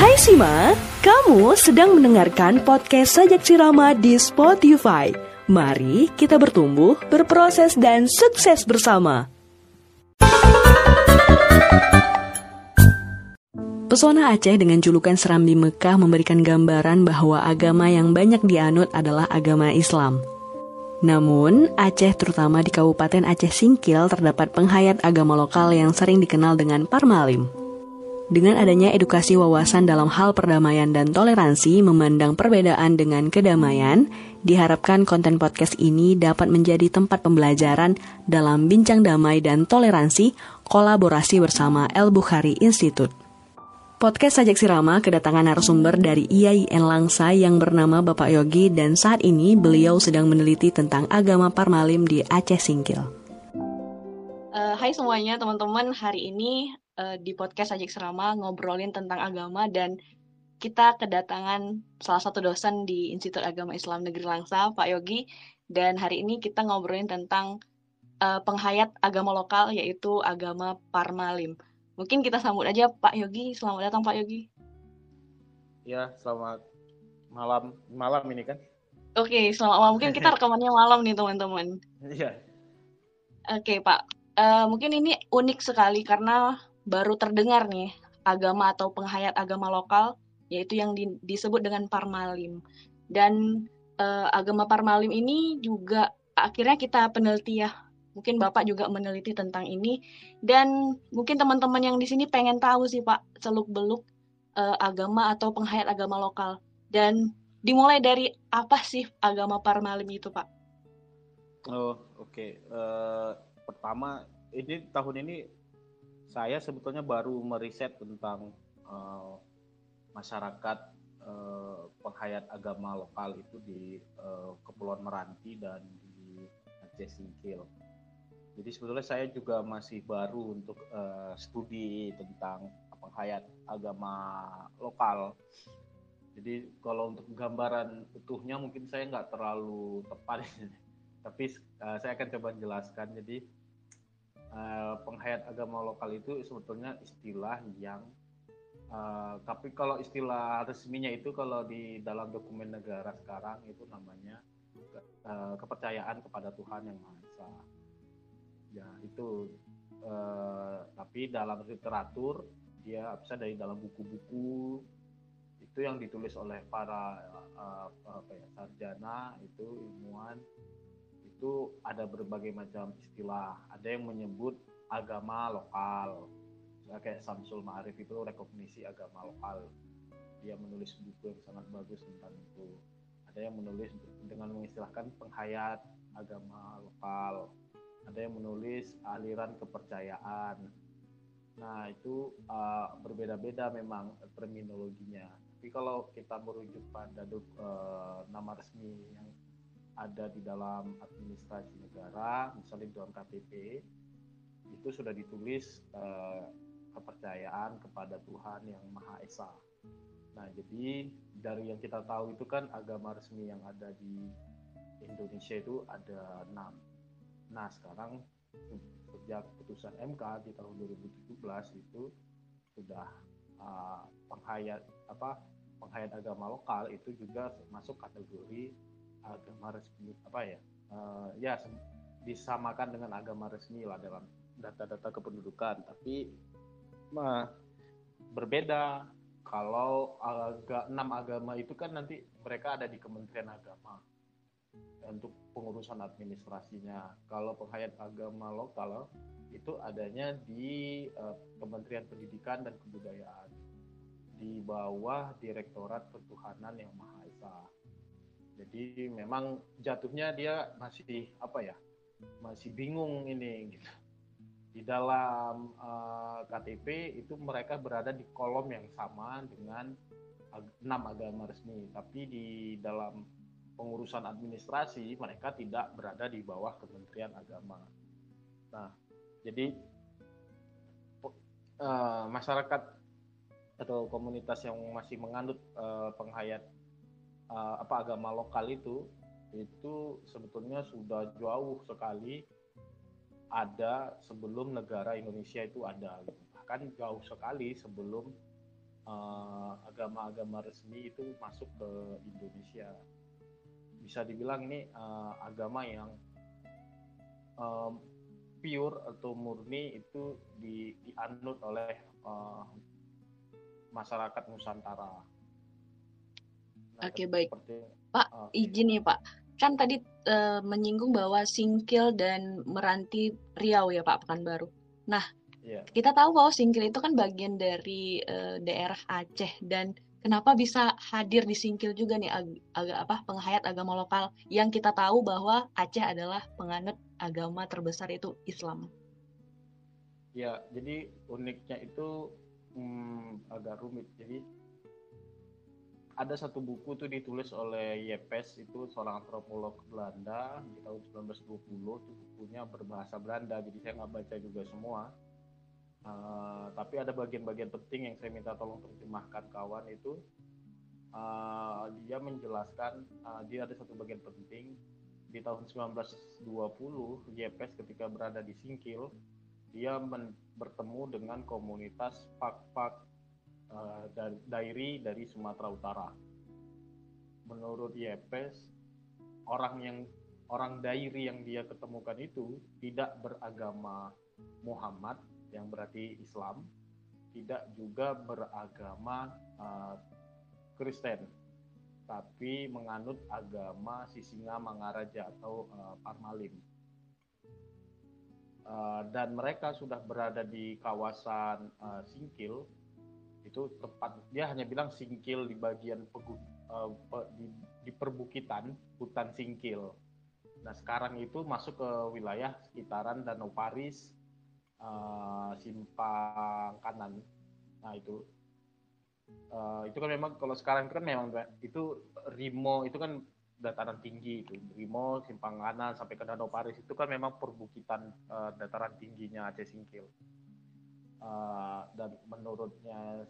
Hai Sima, kamu sedang mendengarkan podcast Sajak Sirama di Spotify. Mari kita bertumbuh, berproses, dan sukses bersama. Pesona Aceh dengan julukan Serambi Mekah memberikan gambaran bahwa agama yang banyak dianut adalah agama Islam. Namun, Aceh terutama di Kabupaten Aceh Singkil terdapat penghayat agama lokal yang sering dikenal dengan Parmalim. Dengan adanya edukasi wawasan dalam hal perdamaian dan toleransi memandang perbedaan dengan kedamaian, diharapkan konten podcast ini dapat menjadi tempat pembelajaran dalam bincang damai dan toleransi kolaborasi bersama El-Bukhari Institute. Podcast Sajak Sirama kedatangan narasumber dari IAIN Langsa yang bernama Bapak Yogi dan saat ini beliau sedang meneliti tentang agama Parmalim di Aceh Singkil. Hai semuanya teman-teman, hari ini di podcast Sajak Sirama ngobrolin tentang agama dan kita kedatangan salah satu dosen di Institut Agama Islam Negeri Langsa, Pak Yogi, dan hari ini kita ngobrolin tentang penghayat agama lokal yaitu agama Parmalim. Mungkin kita sambut aja Pak Yogi. Selamat datang Pak Yogi. Ya, selamat malam ini kan? Oke, selamat malam. Mungkin kita rekamannya malam nih teman-teman. Iya. Oke Pak, mungkin ini unik sekali karena baru terdengar nih agama atau penghayat agama lokal yaitu yang disebut dengan Parmalim. Dan agama Parmalim ini juga akhirnya kita peneliti ya. Mungkin Bapak juga meneliti tentang ini dan mungkin teman-teman yang di sini pengen tahu sih Pak seluk-beluk agama atau penghayat agama lokal. Dan dimulai dari apa sih agama Parmalim itu Pak? Oh, oke. Pertama, tahun ini saya sebetulnya baru meriset tentang masyarakat penghayat agama lokal itu di Kepulauan Meranti dan di Aceh Singkil. Jadi sebetulnya saya juga masih baru untuk studi tentang penghayat agama lokal. Jadi kalau untuk gambaran utuhnya mungkin saya nggak terlalu tepat, tapi saya akan coba jelaskan. Jadi penghayat agama lokal itu sebetulnya istilah yang tapi kalau istilah resminya itu kalau di dalam dokumen negara sekarang itu namanya kepercayaan kepada Tuhan Yang Maha Esa. Ya itu, tapi dalam literatur dia bisa dari dalam buku-buku itu yang ditulis oleh para sarjana itu ilmuwan itu ada berbagai macam istilah. Ada yang menyebut agama lokal, kayak Samsul Ma'arif itu rekognisi agama lokal. Dia menulis buku yang sangat bagus tentang itu. Ada yang menulis dengan mengistilahkan penghayat agama lokal. Ada yang menulis aliran kepercayaan. Nah itu berbeda-beda memang terminologinya. Tapi kalau kita merujuk pada nama resmi yang ada di dalam administrasi negara, misalnya di dalam KTP, itu sudah ditulis kepercayaan kepada Tuhan Yang Maha Esa. Nah jadi dari yang kita tahu itu kan agama resmi yang ada di Indonesia itu ada 6. Nah sekarang sejak putusan MK di tahun 2017 itu sudah penghayat agama lokal itu juga masuk kategori agama resmi disamakan dengan agama resmi lah dalam data-data kependudukan. Tapi berbeda kalau 6 agama itu kan nanti mereka ada di Kementerian Agama untuk pengurusan administrasinya. Kalau penghayat agama lokal itu adanya di Kementerian Pendidikan dan Kebudayaan di bawah Direktorat Ketuhanan Yang Maha Esa. Jadi memang jatuhnya dia masih bingung ini gitu. Di dalam KTP itu mereka berada di kolom yang sama dengan 6 agama resmi, tapi di dalam pengurusan administrasi mereka tidak berada di bawah Kementerian Agama. Nah, jadi masyarakat atau komunitas yang masih menganut penghayat agama lokal itu sebetulnya sudah jauh sekali ada sebelum negara Indonesia itu ada, bahkan jauh sekali sebelum agama-agama resmi itu masuk ke Indonesia. Bisa dibilang ini agama yang pure atau murni itu dianut oleh masyarakat Nusantara. Nah, Oke, baik. seperti Pak, oke. izin nih Pak. Kan tadi menyinggung bahwa Singkil dan Meranti Riau ya Pak, Pekanbaru. Nah, Iya. kita tahu bahwa Singkil itu kan bagian dari daerah Aceh, dan kenapa bisa hadir di Singkil juga nih penghayat agama lokal yang kita tahu bahwa Aceh adalah penganut agama terbesar itu Islam. Ya, jadi uniknya itu agak rumit. Jadi ada satu buku tuh ditulis oleh Yepes, itu seorang antropolog Belanda di tahun 1920. Itu bukunya berbahasa Belanda, jadi saya nggak baca juga semua. Tapi ada bagian-bagian penting yang saya minta tolong terjemahkan kawan itu. Dia menjelaskan, dia ada satu bagian penting di tahun 1920. Yepes ketika berada di Singkil, dia bertemu dengan komunitas Pak-Pak Dairi dari Sumatera Utara. Menurut Yepes, orang Dairi yang dia ketemukan itu tidak beragama Muhammad yang berarti Islam, tidak juga beragama Kristen, tapi menganut agama Sisingamangaraja atau Parmalim. Dan mereka sudah berada di kawasan Singkil. Itu tepat, dia hanya bilang Singkil di bagian di perbukitan hutan Singkil. Nah, sekarang itu masuk ke wilayah sekitaran Danau Paris, Simpang Kanan. Nah, itu kan memang kalau sekarang kan memang itu Rimo itu kan dataran tinggi, itu Rimo, Simpang Kanan sampai ke Danau Paris itu kan memang perbukitan dataran tingginya Aceh Singkil. Dan menurutnya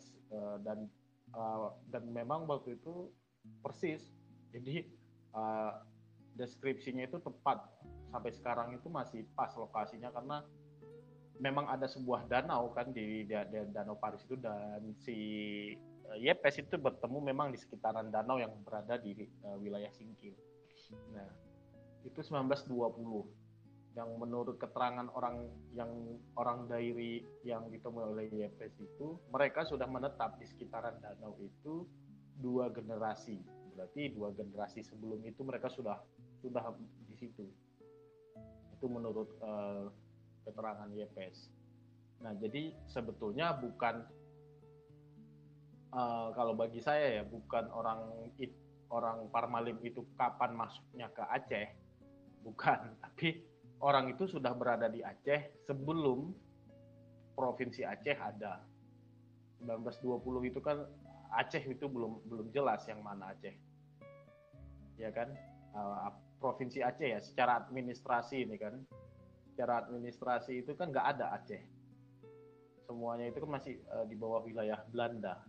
dan memang waktu itu persis, jadi deskripsinya itu tepat, sampai sekarang itu masih pas lokasinya, karena memang ada sebuah danau kan di Danau Paris itu, dan si Yepes itu bertemu memang di sekitaran danau yang berada di wilayah Singkil. Nah, itu 1920. Yang menurut keterangan orang Dairi yang ditemui oleh Yepes itu, mereka sudah menetap di sekitaran danau itu 2 generasi. Berarti 2 generasi sebelum itu mereka sudah di situ. Itu menurut keterangan Yepes. Nah, jadi sebetulnya bukan kalau bagi saya ya, bukan orang Parmalim itu kapan masuknya ke Aceh, bukan, tapi orang itu sudah berada di Aceh sebelum provinsi Aceh ada. 1920 itu kan Aceh itu belum jelas yang mana Aceh, ya kan? Provinsi Aceh ya, secara administrasi ini kan, secara administrasi itu kan nggak ada Aceh, semuanya itu kan masih di bawah wilayah Belanda.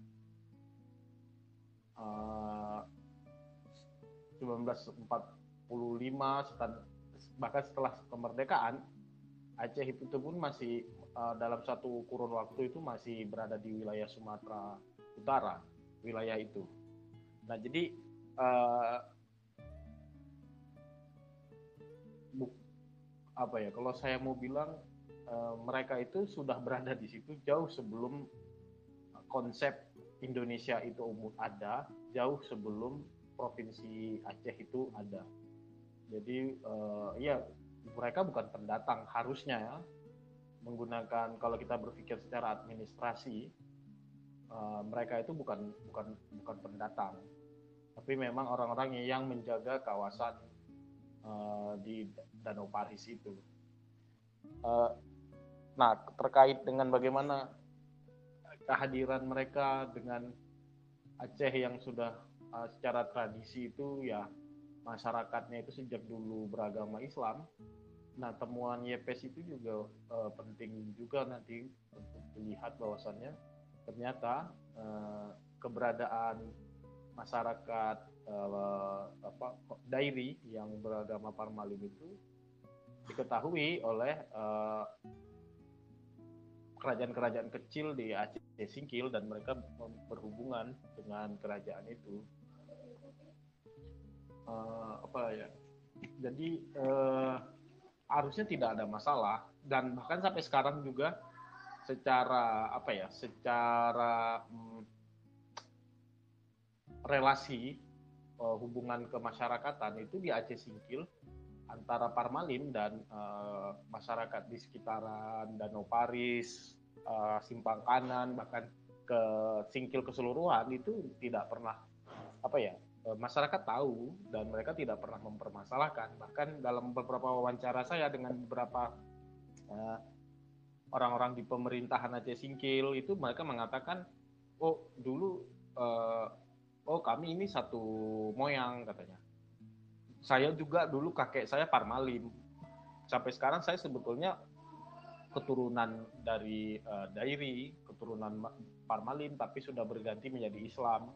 1945 bahkan setelah kemerdekaan, Aceh itu pun masih dalam satu kurun waktu itu masih berada di wilayah Sumatera Utara, wilayah itu. Nah, jadi kalau saya mau bilang, mereka itu sudah berada di situ jauh sebelum konsep Indonesia itu ada, jauh sebelum provinsi Aceh itu ada. Jadi ya mereka bukan pendatang harusnya ya, menggunakan, kalau kita berpikir secara administrasi, mereka itu bukan pendatang, tapi memang orang-orang yang menjaga kawasan di Danau Paris itu. Nah, terkait dengan bagaimana kehadiran mereka dengan Aceh yang sudah secara tradisi itu ya masyarakatnya itu sejak dulu beragama Islam. Nah, temuan Yepes itu juga penting juga nanti untuk dilihat bahwasannya ternyata keberadaan masyarakat Dairi yang beragama Parmalim itu diketahui oleh kerajaan-kerajaan kecil di Aceh Singkil dan mereka berhubungan dengan kerajaan itu. Jadi harusnya tidak ada masalah, dan bahkan sampai sekarang juga secara relasi hubungan kemasyarakatan itu di Aceh Singkil antara Parmalim dan masyarakat di sekitaran Danau Paris, Simpang Kanan, bahkan ke Singkil keseluruhan itu tidak pernah masyarakat tahu dan mereka tidak pernah mempermasalahkan. Bahkan dalam beberapa wawancara saya dengan beberapa orang-orang di pemerintahan Aceh Singkil itu, mereka mengatakan, dulu kami ini satu moyang, katanya. Saya juga dulu kakek saya Parmalim. Sampai sekarang saya sebetulnya keturunan dari Dairi, keturunan Parmalim, tapi sudah berganti menjadi Islam.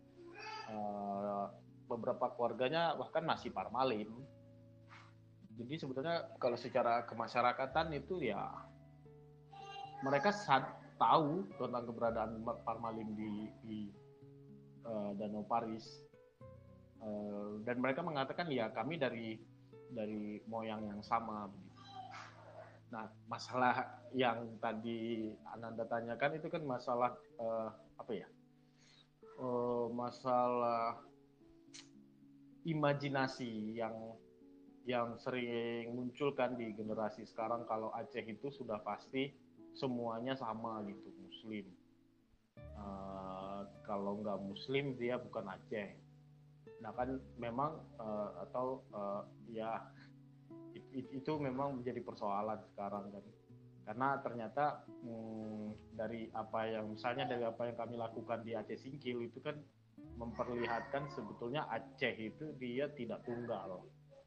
Beberapa keluarganya bahkan masih Parmalim. Jadi sebetulnya kalau secara kemasyarakatan itu ya mereka tahu tentang keberadaan Parmalim di Danau Paris, dan mereka mengatakan ya kami dari moyang yang sama. Nah, masalah yang tadi Ananda tanyakan itu kan masalah masalah imajinasi yang sering muncul kan di generasi sekarang, kalau Aceh itu sudah pasti semuanya sama gitu, Muslim. Kalau nggak Muslim dia bukan Aceh. Nah kan memang itu memang menjadi persoalan sekarang kan. Karena ternyata dari apa yang kami lakukan di Aceh Singkil itu kan memperlihatkan sebetulnya Aceh itu dia tidak tunggal.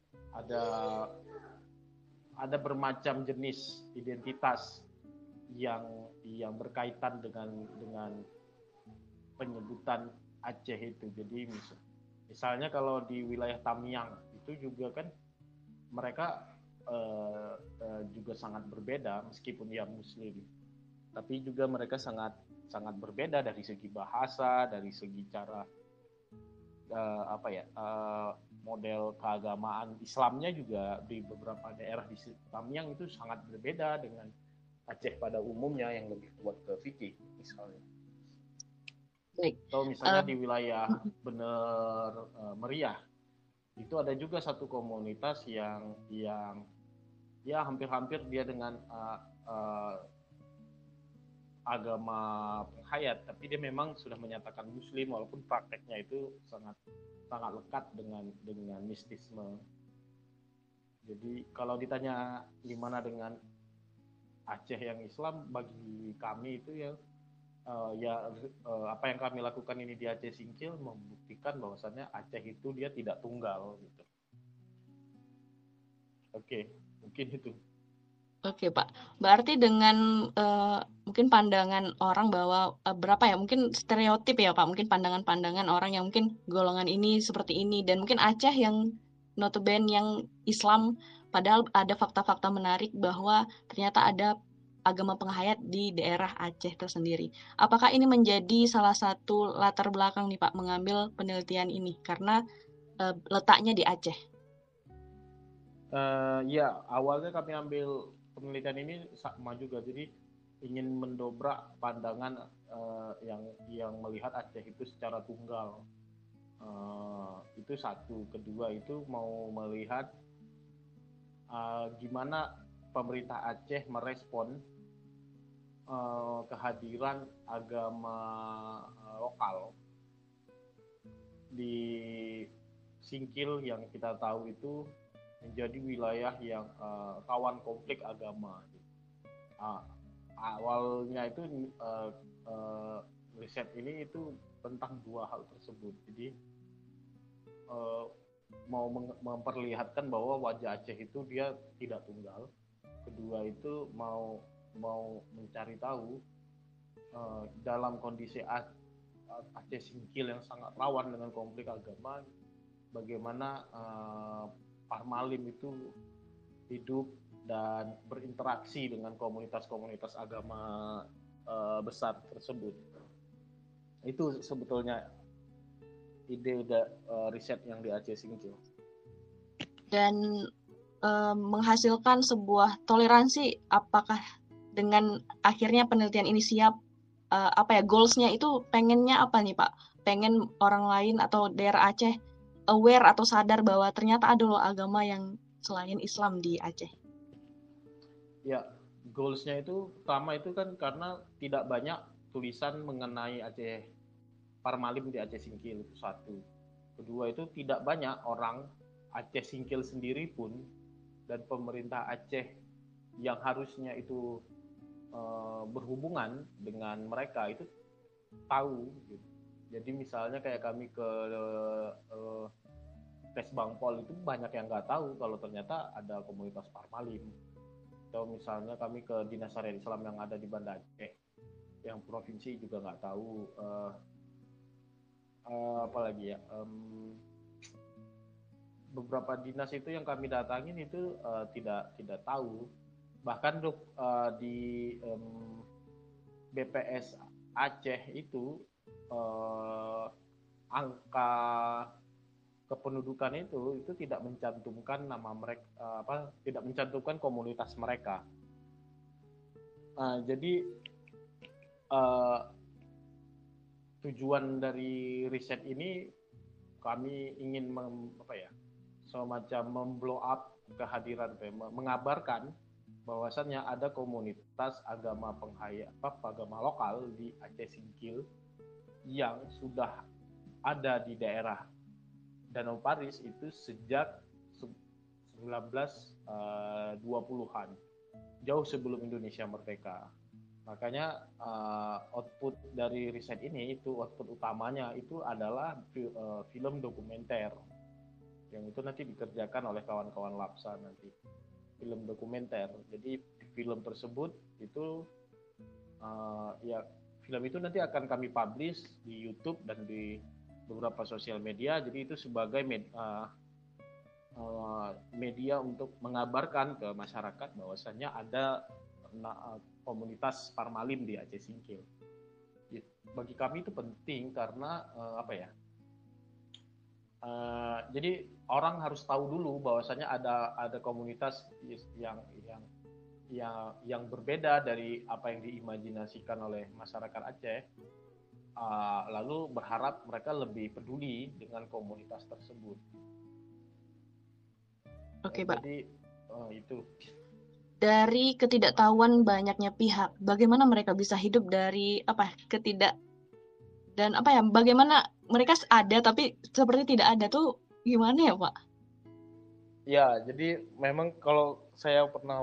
Ada bermacam jenis identitas yang berkaitan dengan penyebutan Aceh itu. Jadi misalnya kalau di wilayah Tamiang itu juga kan mereka juga sangat berbeda meskipun dia Muslim, tapi juga mereka sangat berbeda dari segi bahasa, dari segi cara model keagamaan Islamnya juga di beberapa daerah di Tamiang itu sangat berbeda dengan Aceh pada umumnya yang lebih kuat ke fikih misalnya. Baik. Atau misalnya di wilayah Bener Meriah itu ada juga satu komunitas yang ya hampir-hampir dia dengan agama penghayat, tapi dia memang sudah menyatakan Muslim walaupun prakteknya itu sangat lekat dengan mistisme. Jadi kalau ditanya gimana dengan Aceh yang Islam, bagi kami itu apa yang kami lakukan ini di Aceh Singkil membuktikan bahwasannya Aceh itu dia tidak tunggal gitu. Oke, mungkin itu. Oke Pak, berarti dengan mungkin pandangan orang bahwa mungkin stereotip ya Pak, mungkin pandangan-pandangan orang yang mungkin golongan ini seperti ini, dan mungkin Aceh yang notabene yang Islam, padahal ada fakta-fakta menarik bahwa ternyata ada agama penghayat di daerah Aceh tersendiri. Apakah ini menjadi salah satu latar belakang nih Pak mengambil penelitian ini karena letaknya di Aceh? Ya, awalnya kami ambil penelitian ini sama juga, jadi ingin mendobrak pandangan yang melihat Aceh itu secara tunggal. Itu satu. Kedua itu mau melihat gimana pemerintah Aceh merespon kehadiran agama lokal di Singkil yang kita tahu itu menjadi wilayah yang rawan konflik agama. Awalnya itu riset ini itu tentang dua hal tersebut. Jadi mau memperlihatkan bahwa wajah Aceh itu dia tidak tunggal. Kedua itu mau mencari tahu dalam kondisi Aceh Singkil yang sangat rawan dengan konflik agama, bagaimana Parmalim itu hidup dan berinteraksi dengan komunitas-komunitas agama besar tersebut. Itu sebetulnya ide riset yang di Aceh Singkil. Dan menghasilkan sebuah toleransi, apakah dengan akhirnya penelitian ini siap, goals-nya itu pengennya apa nih Pak? Pengen orang lain atau daerah Aceh aware atau sadar bahwa ternyata ada loh agama yang selain Islam di Aceh. Ya, goals-nya itu pertama itu kan karena tidak banyak tulisan mengenai Aceh Parmalim di Aceh Singkil, itu satu. Kedua itu tidak banyak orang Aceh Singkil sendiri pun dan pemerintah Aceh yang harusnya itu berhubungan dengan mereka itu tahu gitu. Jadi misalnya kayak kami ke Kesbangpol itu banyak yang nggak tahu kalau ternyata ada komunitas Parmalim. Atau misalnya kami ke Dinas Syariat Islam yang ada di Banda Aceh, yang provinsi juga nggak tahu. Apalagi ya, beberapa dinas itu yang kami datangin itu tidak tahu. Bahkan di BPS Aceh itu angka kependudukan itu tidak mencantumkan nama mereka, tidak mencantumkan komunitas mereka. Jadi tujuan dari riset ini kami ingin semacam memblow up kehadiran, mengabarkan bahwasannya ada komunitas agama agama lokal di Aceh Singkil yang sudah ada di daerah Danau Paris itu sejak 1920-an, jauh sebelum Indonesia merdeka. Makanya output dari riset ini output utamanya itu adalah film dokumenter yang itu nanti dikerjakan oleh kawan-kawan LAPSA nanti, film dokumenter. Jadi film tersebut itu film itu nanti akan kami publish di YouTube dan di beberapa sosial media. Jadi itu sebagai media untuk mengabarkan ke masyarakat bahwasannya ada komunitas Parmalim di Aceh Singkil. Bagi kami itu penting karena jadi orang harus tahu dulu bahwasannya ada komunitas yang berbeda dari apa yang diimajinasikan oleh masyarakat Aceh. Lalu berharap mereka lebih peduli dengan komunitas tersebut. Oke, Pak. Jadi itu. Dari ketidaktahuan banyaknya pihak, bagaimana mereka bisa hidup dari bagaimana mereka ada tapi seperti tidak ada tuh gimana ya, Pak? Ya, jadi memang kalau saya pernah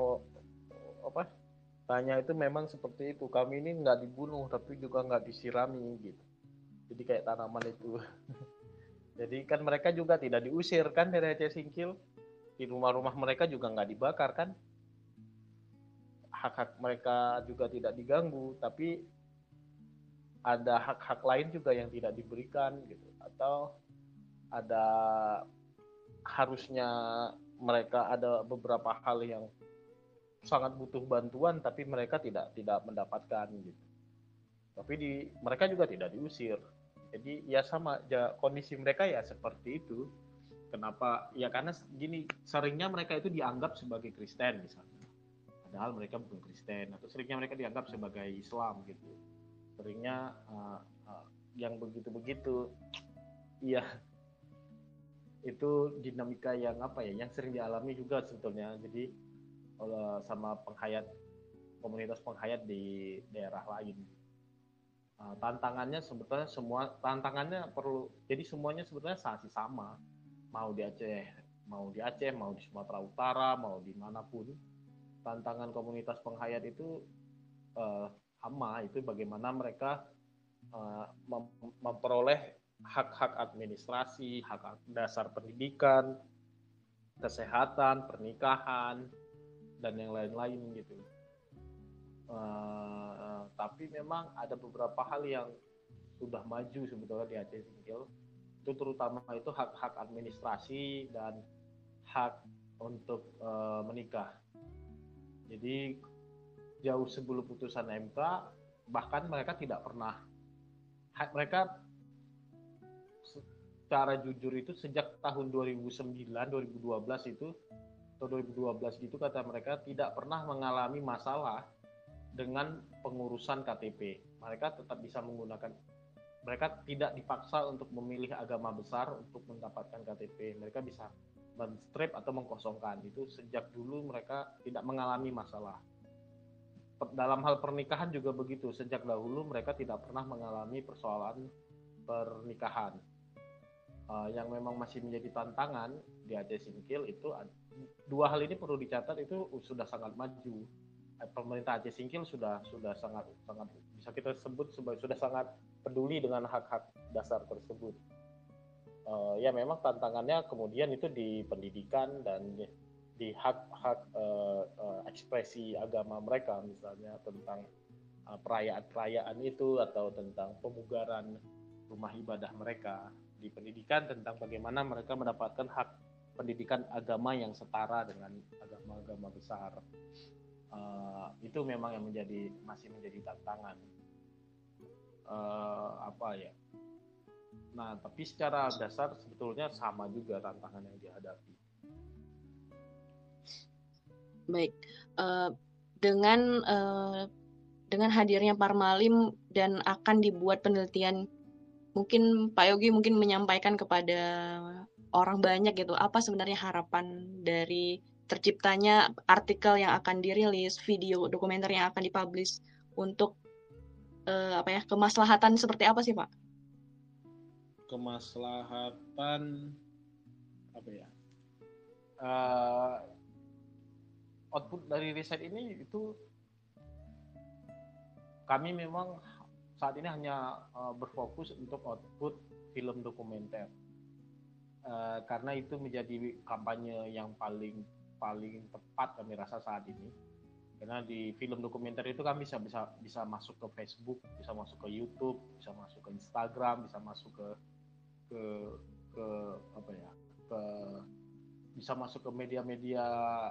tanya itu memang seperti itu. Kami ini nggak dibunuh tapi juga nggak disirami gitu. Jadi kayak tanaman itu. Jadi kan mereka juga tidak diusir kan dari Aceh Singkil. Di rumah-rumah mereka juga nggak dibakar kan. Hak-hak mereka juga tidak diganggu, tapi ada hak-hak lain juga yang tidak diberikan gitu. Atau ada harusnya mereka ada beberapa hal yang sangat butuh bantuan tapi mereka tidak mendapatkan gitu. Tapi mereka juga tidak diusir. Jadi ya sama kondisi mereka ya seperti itu. Kenapa? Ya karena gini, seringnya mereka itu dianggap sebagai Kristen misalnya. Padahal mereka bukan Kristen, atau seringnya mereka dianggap sebagai Islam gitu. Seringnya yang begitu-begitu. Iya. Itu dinamika yang yang sering dialami juga sebetulnya. Jadi sama komunitas penghayat di daerah lain. Tantangannya sebetulnya jadi semuanya sebetulnya masih sama. Mau di Aceh, mau di Sumatera Utara, mau dimanapun, tantangan komunitas penghayat itu sama. Itu bagaimana mereka memperoleh hak-hak administrasi, hak dasar pendidikan, kesehatan, pernikahan, dan yang lain-lain gitu. Tapi memang ada beberapa hal yang sudah maju sebetulnya di Aceh Singkil. Itu terutama itu hak-hak administrasi dan hak untuk menikah. Jadi jauh sebelum putusan MK, bahkan mereka tidak pernah, mereka secara jujur itu sejak tahun 2009, 2012 itu, atau 2012 gitu, kata mereka tidak pernah mengalami masalah dengan pengurusan KTP. Mereka tetap bisa menggunakan, mereka tidak dipaksa untuk memilih agama besar untuk mendapatkan KTP. Mereka bisa men-strip atau mengkosongkan. Itu sejak dulu mereka tidak mengalami masalah. Dalam hal pernikahan juga begitu. Sejak dahulu mereka tidak pernah mengalami persoalan pernikahan. Yang memang masih menjadi tantangan di Aceh Singkil itu, dua hal ini perlu dicatat, itu sudah sangat maju. Pemerintah Aceh Singkil sudah sangat bisa kita sebut sudah sangat peduli dengan hak-hak dasar tersebut. Ya memang tantangannya kemudian itu di pendidikan dan di hak-hak ekspresi agama mereka, misalnya tentang perayaan-perayaan itu, atau tentang pemugaran rumah ibadah mereka. Di pendidikan tentang bagaimana mereka mendapatkan hak pendidikan agama yang setara dengan agama-agama besar. Itu memang yang masih menjadi tantangan. Nah, tapi secara dasar sebetulnya sama juga tantangan yang dihadapi. Baik, dengan hadirnya Parmalim dan akan dibuat penelitian, mungkin Pak Yogi mungkin menyampaikan kepada orang banyak gitu, apa sebenarnya harapan dari terciptanya artikel yang akan dirilis, video dokumenter yang akan dipublish untuk kemaslahatan seperti apa sih Pak? Kemaslahatan apa ya? Output dari riset ini itu, kami memang saat ini hanya berfokus untuk output film dokumenter, karena itu menjadi kampanye yang paling tepat kami rasa saat ini. Karena di film dokumenter itu kami bisa masuk ke Facebook, bisa masuk ke YouTube, bisa masuk ke Instagram, bisa masuk ke bisa masuk ke media-media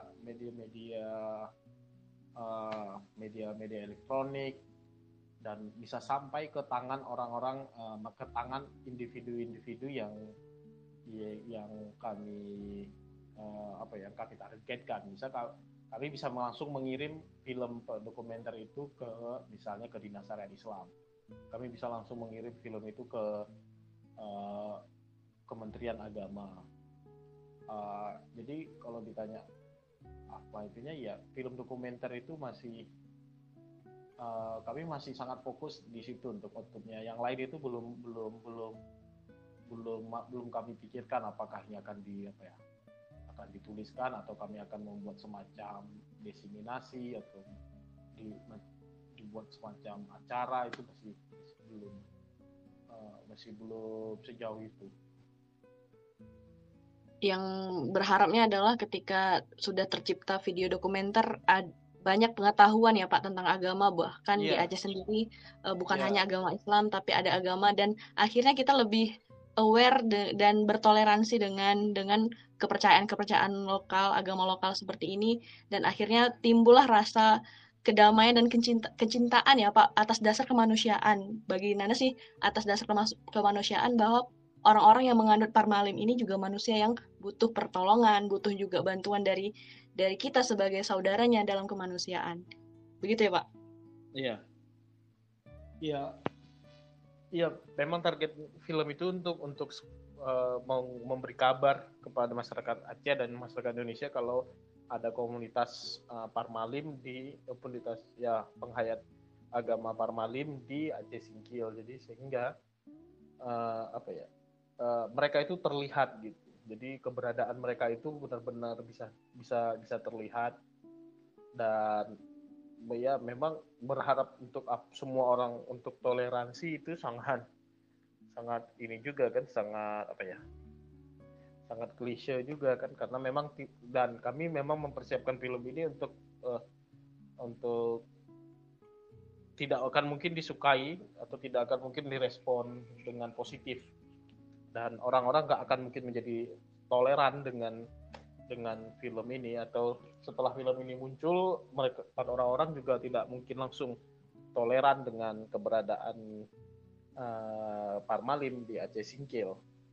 elektronik, dan bisa sampai ke tangan orang-orang, ke tangan individu-individu yang kami targetkan. Kami bisa langsung mengirim film dokumenter itu ke, misalnya ke Dinas Syariat Islam. Kami bisa langsung mengirim film itu ke Kementerian Agama. Jadi kalau ditanya apa intinya, ya film dokumenter itu masih kami masih sangat fokus di situ untuk outputnya. Yang lain itu belum kami pikirkan apakah ini akan dituliskan, atau kami akan membuat semacam diseminasi, atau dibuat semacam acara. Itu masih belum sejauh itu. Yang berharapnya adalah ketika sudah tercipta video dokumenter, banyak pengetahuan ya Pak tentang agama, bahkan di Aceh sendiri bukan hanya agama Islam tapi ada agama, dan akhirnya kita lebih aware dan bertoleransi dengan kepercayaan lokal, agama lokal seperti ini, dan akhirnya timbullah rasa kedamaian dan kecintaan ya Pak atas dasar kemanusiaan. Bagaimana sih atas dasar kemanusiaan, bahwa orang-orang yang menganut Parmalim ini juga manusia yang butuh pertolongan, butuh juga bantuan dari kita sebagai saudaranya dalam kemanusiaan. Begitu ya Pak? Iya, memang target film itu untuk memberi kabar kepada masyarakat Aceh dan masyarakat Indonesia kalau ada komunitas Parmalim di komunitas penghayat agama Parmalim di Aceh Singkil. Jadi sehingga mereka itu terlihat gitu. Jadi keberadaan mereka itu benar-benar bisa terlihat, dan ya memang berharap untuk semua orang untuk toleransi itu sangat ini juga kan, sangat klise juga kan, karena memang, dan kami memang mempersiapkan film ini untuk tidak akan mungkin disukai atau tidak akan mungkin direspon dengan positif, dan orang-orang nggak akan mungkin menjadi toleran dengan dengan film ini, atau setelah film ini muncul, mereka orang-orang juga tidak mungkin langsung toleran dengan keberadaan Parmalim di Aceh Singkil.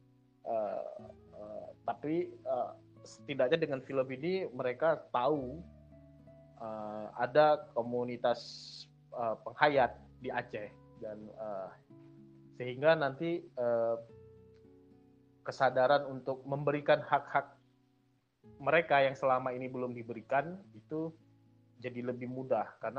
Tapi setidaknya dengan film ini mereka tahu ada komunitas penghayat di Aceh, dan sehingga nanti kesadaran untuk memberikan hak-hak mereka yang selama ini belum diberikan itu jadi lebih mudah, karena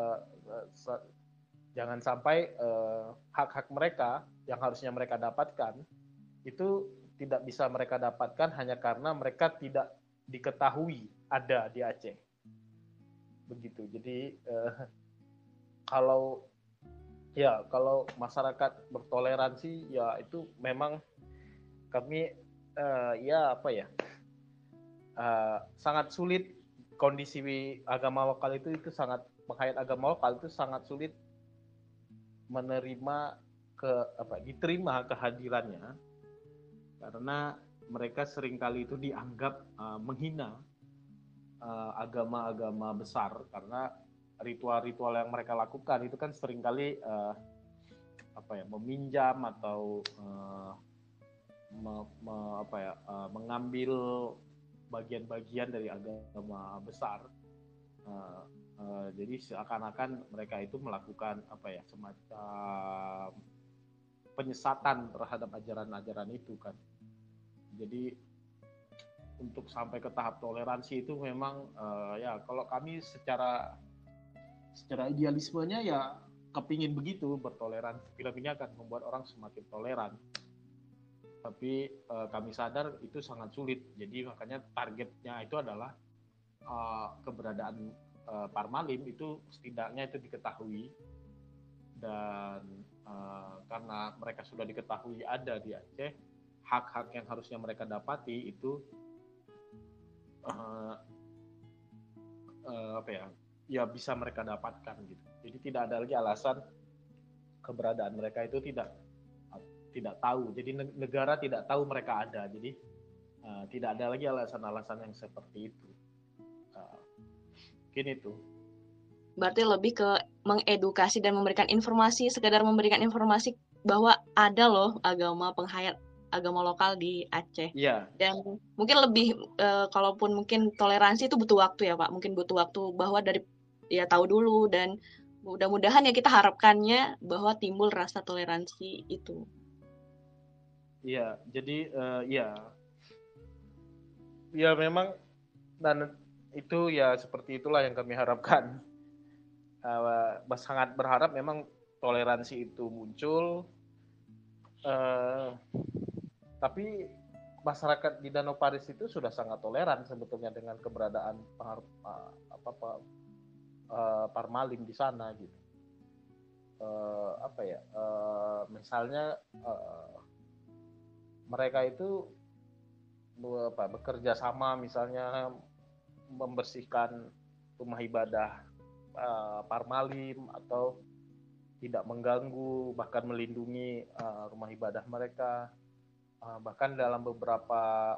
jangan sampai hak-hak mereka yang harusnya mereka dapatkan itu tidak bisa mereka dapatkan hanya karena mereka tidak diketahui ada di Aceh. Begitu. Jadi kalau masyarakat bertoleransi, ya itu memang kami sangat sulit. Kondisi agama lokal itu sangat, penghayat agama lokal itu sangat sulit menerima diterima kehadirannya, karena mereka seringkali itu dianggap menghina agama-agama besar, karena ritual-ritual yang mereka lakukan itu kan seringkali meminjam atau mengambil bagian-bagian dari agama besar. Jadi seakan-akan mereka itu melakukan semacam penyesatan terhadap ajaran-ajaran itu kan. Jadi untuk sampai ke tahap toleransi itu memang kalau kami secara idealismenya ya kepingin begitu, bertoleransi. Film ini akan membuat orang semakin toleran. Tapi kami sadar itu sangat sulit. Jadi makanya targetnya itu adalah keberadaan Parmalim itu setidaknya itu diketahui, dan karena mereka sudah diketahui ada di Aceh, hak-hak yang harusnya mereka dapati itu bisa mereka dapatkan gitu. Jadi tidak ada lagi alasan keberadaan mereka itu tidak tahu. Jadi negara tidak tahu mereka ada. Jadi tidak ada lagi alasan-alasan yang seperti itu. Mungkin itu. Berarti lebih ke mengedukasi dan memberikan informasi, sekedar memberikan informasi bahwa ada loh agama penghayat agama lokal di Aceh. Iya. Dan mungkin lebih kalaupun mungkin toleransi itu butuh waktu ya Pak. Mungkin butuh waktu bahwa dari ya tahu dulu, dan mudah-mudahan ya kita harapkannya bahwa timbul rasa toleransi itu. Iya, jadi ya memang, dan itu ya seperti itulah yang kami harapkan. Sangat berharap memang toleransi itu muncul, tapi masyarakat di Danau Paris itu sudah sangat toleran sebetulnya dengan keberadaan Parmalim di sana gitu. Misalnya mereka itu bekerja sama, misalnya membersihkan rumah ibadah Parmalim, atau tidak mengganggu, bahkan melindungi rumah ibadah mereka. Bahkan dalam beberapa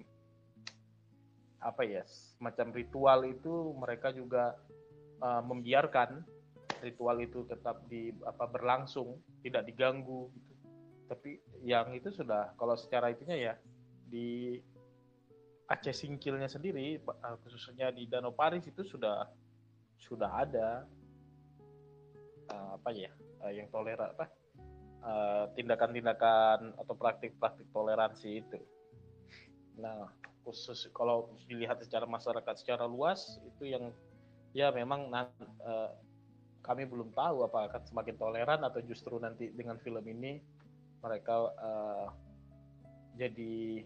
semacam ritual itu mereka juga membiarkan ritual itu tetap berlangsung, tidak diganggu gitu. Tapi yang itu sudah, kalau secara itunya ya di Aceh Singkilnya sendiri, khususnya di Danau Paris itu sudah ada yang toleran, tindakan-tindakan atau praktik-praktik toleransi itu. Nah, khusus kalau dilihat secara masyarakat secara luas itu yang ya memang kami belum tahu apakah akan semakin toleran atau justru nanti dengan film ini mereka jadi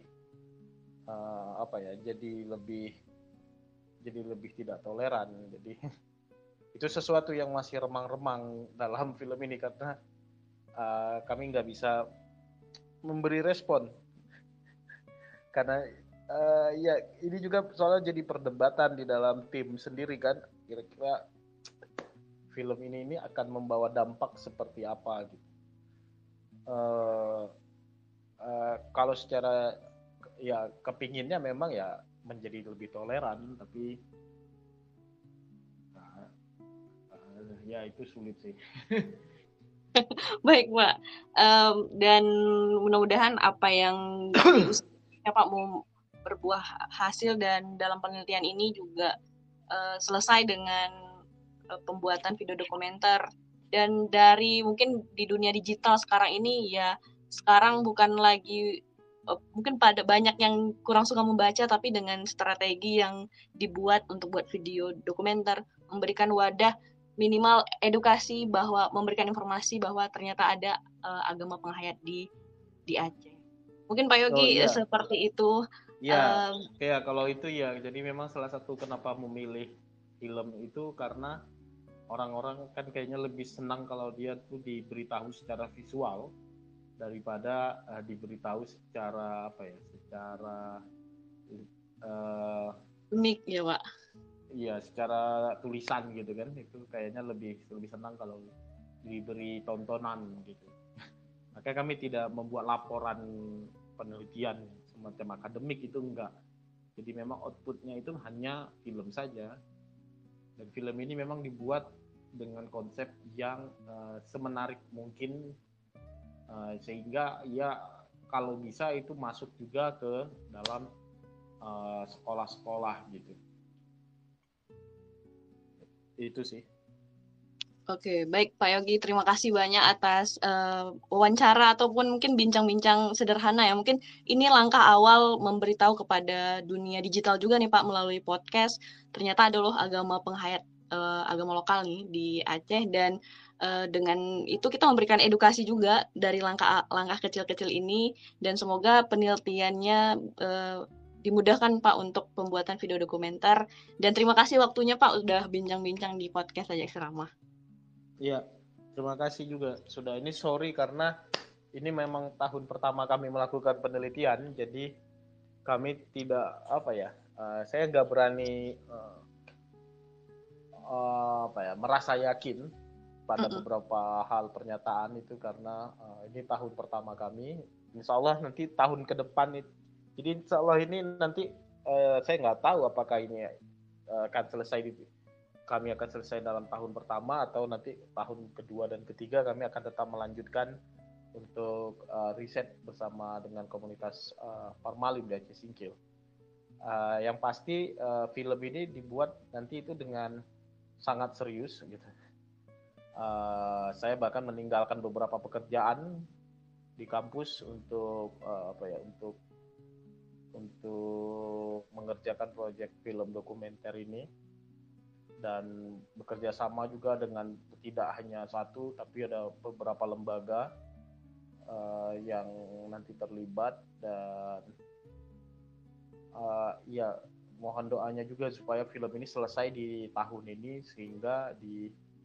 lebih tidak toleran. Jadi itu sesuatu yang masih remang-remang dalam film ini, karena kami nggak bisa memberi respon, karena ya ini juga soalnya jadi perdebatan di dalam tim sendiri kan, kira-kira film ini akan membawa dampak seperti apa gitu. Kalau secara ya kepinginnya memang ya menjadi lebih toleran, tapi ya itu sulit sih. Baik Pak, dan mudah-mudahan apa yang diusahakan Pak mau berbuah hasil, dan dalam penelitian ini juga selesai dengan pembuatan video dokumenter. Dan dari mungkin di dunia digital sekarang ini ya, sekarang bukan lagi mungkin pada banyak yang kurang suka membaca, tapi dengan strategi yang dibuat untuk buat video dokumenter, memberikan wadah minimal edukasi, bahwa memberikan informasi bahwa ternyata ada agama penghayat di Aceh. Mungkin Pak Yogi seperti itu. Ya, kalau itu ya, jadi memang salah satu kenapa memilih film itu karena orang-orang kan kayaknya lebih senang kalau dia tuh diberitahu secara visual daripada diberitahu secara secara unik ya Pak. Iya, secara tulisan gitu kan, itu kayaknya lebih senang kalau diberi tontonan gitu. Makanya kami tidak membuat laporan penelitian semacam akademik, itu enggak. Jadi memang outputnya itu hanya film saja. Dan film ini memang dibuat dengan konsep yang semenarik mungkin, sehingga ya kalau bisa itu masuk juga ke dalam sekolah-sekolah gitu. Itu sih. Oke, baik Pak Yogi, terima kasih banyak atas wawancara ataupun mungkin bincang-bincang sederhana ya. Mungkin ini langkah awal memberitahu kepada dunia digital juga nih Pak, melalui podcast. Ternyata ada loh agama penghayat, agama lokal nih di Aceh, dan dengan itu kita memberikan edukasi juga dari langkah kecil-kecil ini, dan semoga penelitiannya dimudahkan Pak untuk pembuatan video dokumenter. Dan terima kasih waktunya Pak udah bincang-bincang di podcast Sajak Ceramah. Iya, terima kasih juga sudah ini. Sorry karena ini memang tahun pertama kami melakukan penelitian, jadi kami tidak saya nggak berani merasa yakin pada beberapa hal pernyataan itu, karena ini tahun pertama kami. Insya Allah nanti tahun ke depan itu. Jadi insya Allah ini nanti saya nggak tahu apakah ini akan selesai kami akan selesai dalam tahun pertama atau nanti tahun kedua dan ketiga kami akan tetap melanjutkan untuk riset bersama dengan komunitas Parmalim di Aceh Singkil. Yang pasti film ini dibuat nanti itu dengan sangat serius gitu. Saya bahkan meninggalkan beberapa pekerjaan di kampus untuk untuk mengerjakan proyek film dokumenter ini, dan bekerja sama juga dengan tidak hanya satu tapi ada beberapa lembaga yang nanti terlibat. Dan ya mohon doanya juga supaya film ini selesai di tahun ini, sehingga di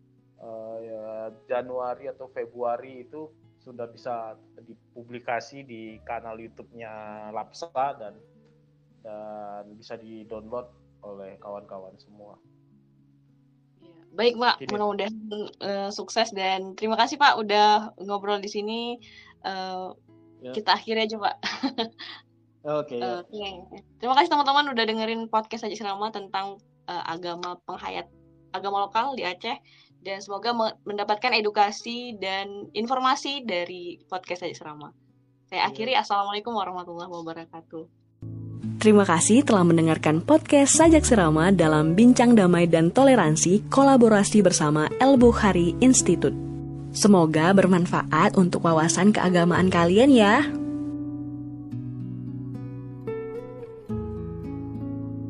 Januari atau Februari itu sudah bisa dipublikasi di kanal YouTube-nya Lapsa dan bisa di-download oleh kawan-kawan semua. Baik Pak, mudah-mudahan sukses, dan terima kasih Pak udah ngobrol di sini. Kita akhiri aja Pak. Oke. Terima kasih teman-teman udah dengerin podcast Sajak Ceramah tentang agama penghayat, agama lokal di Aceh. Dan semoga mendapatkan edukasi dan informasi dari podcast Sajak Ceramah. Saya akhiri, Assalamualaikum warahmatullahi wabarakatuh. Terima kasih telah mendengarkan podcast Sajak Ceramah dalam Bincang Damai dan Toleransi, kolaborasi bersama El-Bukhari Institute. Semoga bermanfaat untuk wawasan keagamaan kalian ya.